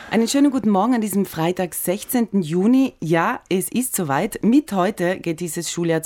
Einen schönen guten Morgen an diesem Freitag, 16. Juni. Ja, es ist soweit. Mit heute geht dieses Schuljahr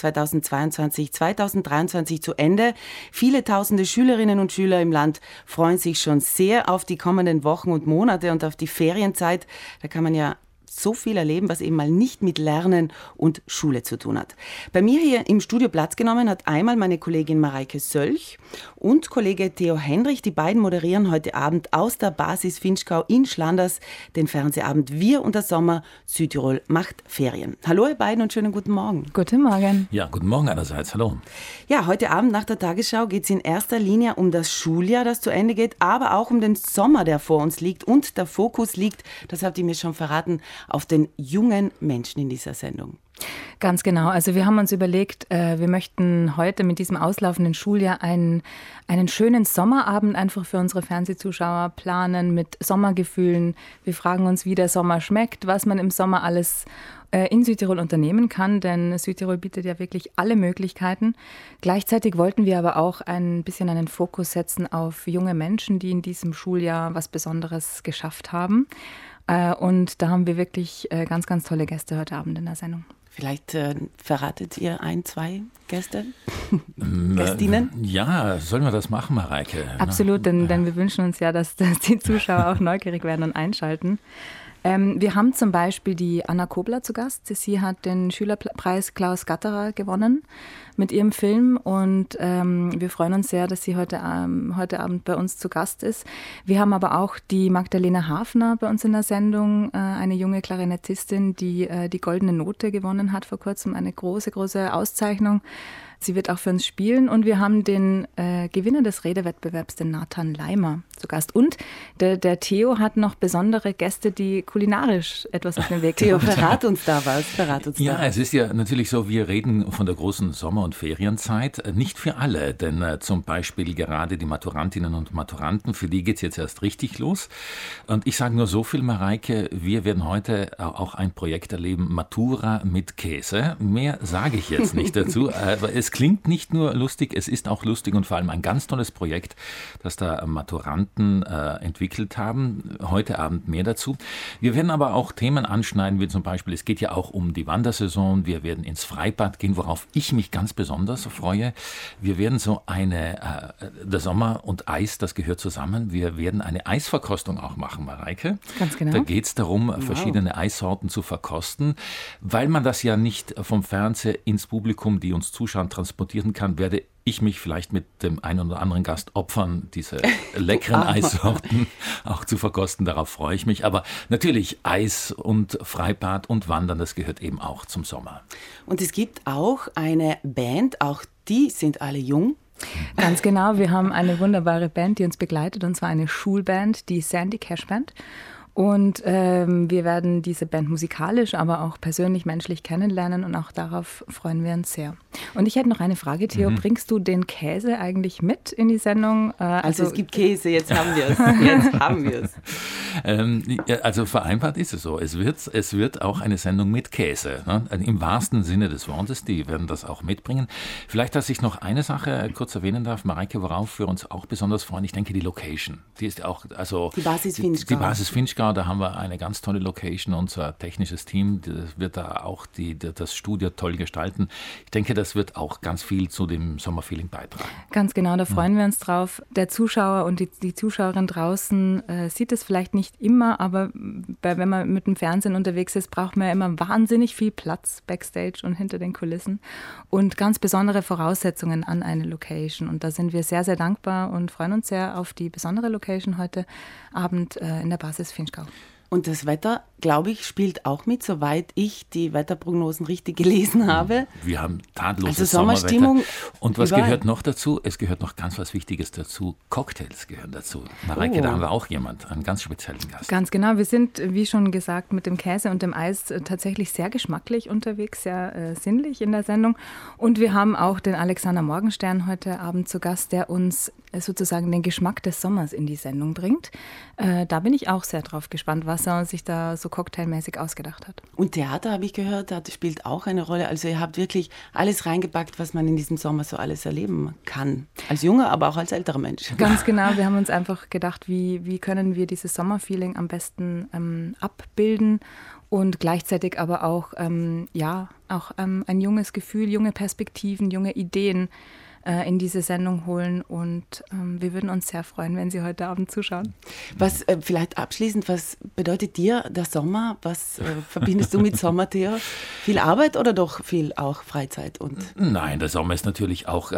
2022/2023 zu Ende. Viele tausende Schülerinnen und Schüler im Land freuen sich schon sehr auf die kommenden Wochen und Monate und auf die Ferienzeit. Da kann man ja so viel erleben, was eben mal nicht mit Lernen und Schule zu tun hat. Bei mir hier im Studio Platz genommen hat einmal meine Kollegin Mareike Sölch und Kollege Theo Henrich. Die beiden moderieren heute Abend aus der Basis Vinschgau in Schlanders den Fernsehabend Wir und der Sommer Südtirol macht Ferien. Hallo ihr beiden und schönen guten Morgen. Guten Morgen. Ja, guten Morgen allerseits. Hallo. Ja, heute Abend nach der Tagesschau geht es in erster Linie um das Schuljahr, das zu Ende geht, aber auch um den Sommer, der vor uns liegt. Und der Fokus liegt, das habt ihr mir schon verraten, auf den jungen Menschen in dieser Sendung. Ganz genau. Also wir haben uns überlegt, wir möchten heute mit diesem auslaufenden Schuljahr einen schönen Sommerabend einfach für unsere Fernsehzuschauer planen mit Sommergefühlen. Wir fragen uns, wie der Sommer schmeckt, was man im Sommer alles in Südtirol unternehmen kann, denn Südtirol bietet ja wirklich alle Möglichkeiten. Gleichzeitig wollten wir aber auch ein bisschen einen Fokus setzen auf junge Menschen, die in diesem Schuljahr was Besonderes geschafft haben. Und da haben wir wirklich ganz, ganz tolle Gäste heute Abend in der Sendung. Vielleicht verratet ihr ein, zwei Gäste, Gästinnen? Ja, sollen wir das machen, Mareike? Absolut, denn wir wünschen uns ja, dass die Zuschauer auch neugierig werden und einschalten. Wir haben zum Beispiel die Anna Kobler zu Gast. Sie hat den Schülerpreis Klaus Gatterer gewonnen mit ihrem Film und wir freuen uns sehr, dass sie heute Abend bei uns zu Gast ist. Wir haben aber auch die Magdalena Hafner bei uns in der Sendung, eine junge Klarinettistin, die die Goldene Note gewonnen hat vor kurzem, eine große, große Auszeichnung. Sie wird auch für uns spielen und wir haben den Gewinner des Redewettbewerbs, den Nathan Leimer, zu Gast. Und der Theo hat noch besondere Gäste, die kulinarisch etwas auf den Weg Theo, gebracht haben. verrat uns da was. Ja, es ist ja natürlich so, wir reden von der großen Sommer- und Ferienzeit. Nicht für alle, denn zum Beispiel gerade die Maturantinnen und Maturanten, für die geht es jetzt erst richtig los. Und ich sage nur so viel, Mareike, wir werden heute auch ein Projekt erleben, Matura mit Käse. Mehr sage ich jetzt nicht dazu, aber es klingt nicht nur lustig, es ist auch lustig und vor allem ein ganz tolles Projekt, das da Maturanten entwickelt haben. Heute Abend mehr dazu. Wir werden aber auch Themen anschneiden, wie zum Beispiel, es geht ja auch um die Wandersaison. Wir werden ins Freibad gehen, worauf ich mich ganz besonders freue. Wir werden so der Sommer und Eis, das gehört zusammen. Wir werden eine Eisverkostung auch machen, Mareike. Ganz genau. Da geht es darum, verschiedene Eissorten zu verkosten. Weil man das ja nicht vom Fernseher ins Publikum, die uns zuschauen, transportieren kann, werde ich mich vielleicht mit dem einen oder anderen Gast opfern, diese leckeren Eissorten auch zu verkosten. Darauf freue ich mich. Aber natürlich Eis und Freibad und Wandern, das gehört eben auch zum Sommer. Und es gibt auch eine Band, auch die sind alle jung. Ganz genau, wir haben eine wunderbare Band, die uns begleitet, und zwar eine Schulband, die Sandy Cash Band. Und wir werden diese Band musikalisch, aber auch persönlich, menschlich kennenlernen und auch darauf freuen wir uns sehr. Und ich hätte noch eine Frage, Theo, bringst du den Käse eigentlich mit in die Sendung? Also es gibt Käse, jetzt haben wir es. Also vereinbart ist es so, es wird auch eine Sendung mit Käse, ne? Im wahrsten Sinne des Wortes, die werden das auch mitbringen. Vielleicht, dass ich noch eine Sache kurz erwähnen darf, Mareike, worauf wir uns auch besonders freuen, ich denke die Location, die ist auch, also die Basis Vinschgau. Die Basis Vinschgau, da haben wir eine ganz tolle Location, unser technisches Team, das wird da auch das Studio toll gestalten. Ich denke, das wird auch ganz viel zu dem Sommerfeeling beitragen. Ganz genau, da freuen wir uns drauf. Der Zuschauer und die Zuschauerin draußen sieht es vielleicht nicht immer, aber wenn man mit dem Fernsehen unterwegs ist, braucht man ja immer wahnsinnig viel Platz backstage und hinter den Kulissen und ganz besondere Voraussetzungen an eine Location. Und da sind wir sehr, sehr dankbar und freuen uns sehr auf die besondere Location heute Abend in der Basis Vinschgau. Und das Wetter, glaube ich, spielt auch mit, soweit ich die Wetterprognosen richtig gelesen habe. Wir haben tadelloses also Sommerstimmung. Und was gehört noch dazu? Es gehört noch ganz was Wichtiges dazu. Cocktails gehören dazu. Mareike, da haben wir auch einen ganz speziellen Gast. Ganz genau. Wir sind, wie schon gesagt, mit dem Käse und dem Eis tatsächlich sehr geschmacklich unterwegs, sehr sinnlich in der Sendung. Und wir haben auch den Alexander Morgenstern heute Abend zu Gast, der uns sozusagen den Geschmack des Sommers in die Sendung bringt. Da bin ich auch sehr drauf gespannt, was er sich da so cocktailmäßig ausgedacht hat. Und Theater, habe ich gehört, das spielt auch eine Rolle. Also ihr habt wirklich alles reingepackt, was man in diesem Sommer so alles erleben kann. Als junger, aber auch als älterer Mensch. Ganz genau, wir haben uns einfach gedacht, wie können wir dieses Sommerfeeling am besten abbilden und gleichzeitig aber auch, ein junges Gefühl, junge Perspektiven, junge Ideen in diese Sendung holen und wir würden uns sehr freuen, wenn Sie heute Abend zuschauen. Was vielleicht abschließend, was bedeutet dir der Sommer? Was verbindest du mit Sommer, Theo? Viel Arbeit oder doch viel auch Freizeit? Nein, der Sommer ist natürlich auch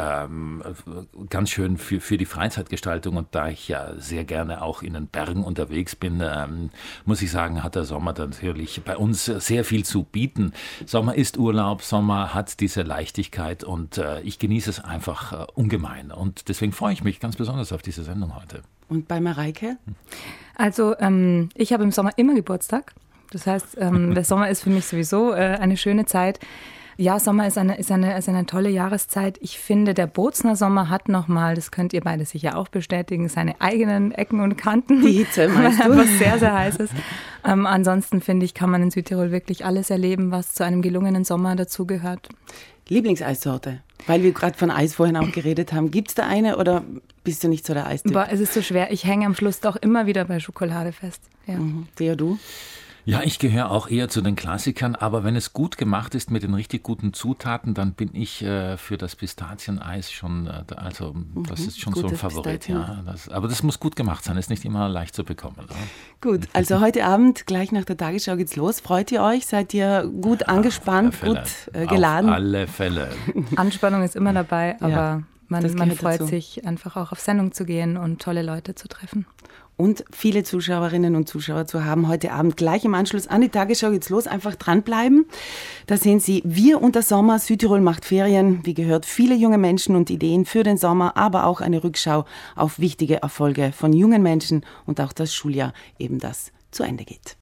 ganz schön für die Freizeitgestaltung und da ich ja sehr gerne auch in den Bergen unterwegs bin, muss ich sagen, hat der Sommer natürlich bei uns sehr viel zu bieten. Sommer ist Urlaub, Sommer hat diese Leichtigkeit und ich genieße es einfach ungemein. Und deswegen freue ich mich ganz besonders auf diese Sendung heute. Und bei Mareike? Also ich habe im Sommer immer Geburtstag. Das heißt, der Sommer ist für mich sowieso eine schöne Zeit. Ja, Sommer ist eine tolle Jahreszeit. Ich finde, der Bozner Sommer hat nochmal, das könnt ihr beide sicher auch bestätigen, seine eigenen Ecken und Kanten. Die Hitze, meinst du? Was sehr, sehr heiß ist. Ansonsten finde ich, kann man in Südtirol wirklich alles erleben, was zu einem gelungenen Sommer dazugehört. Lieblingseissorte? Weil wir gerade von Eis vorhin auch geredet haben. Gibt es da eine oder bist du nicht so der Eistyp? Es ist so schwer. Ich hänge am Schluss doch immer wieder bei Schokolade fest. Ja. Theo, du? Ja, ich gehöre auch eher zu den Klassikern, aber wenn es gut gemacht ist mit den richtig guten Zutaten, dann bin ich für das Pistazieneis schon, das ist schon so ein Favorit. Ja, aber das muss gut gemacht sein, ist nicht immer leicht zu bekommen. Oder? Gut, also heute Abend, gleich nach der Tagesschau geht's los. Freut ihr euch? Seid ihr gut angespannt, gut geladen? Auf alle Fälle. Anspannung ist immer dabei, aber man freut dazu. sich einfach auch auf Sendung zu gehen und tolle Leute zu treffen. Und viele Zuschauerinnen und Zuschauer zu haben. Heute Abend gleich im Anschluss an die Tagesschau geht's los. Einfach dranbleiben. Da sehen Sie Wir und der Sommer. Südtirol macht Ferien. Wie gehört, viele junge Menschen und Ideen für den Sommer, aber auch eine Rückschau auf wichtige Erfolge von jungen Menschen und auch das Schuljahr, eben das zu Ende geht.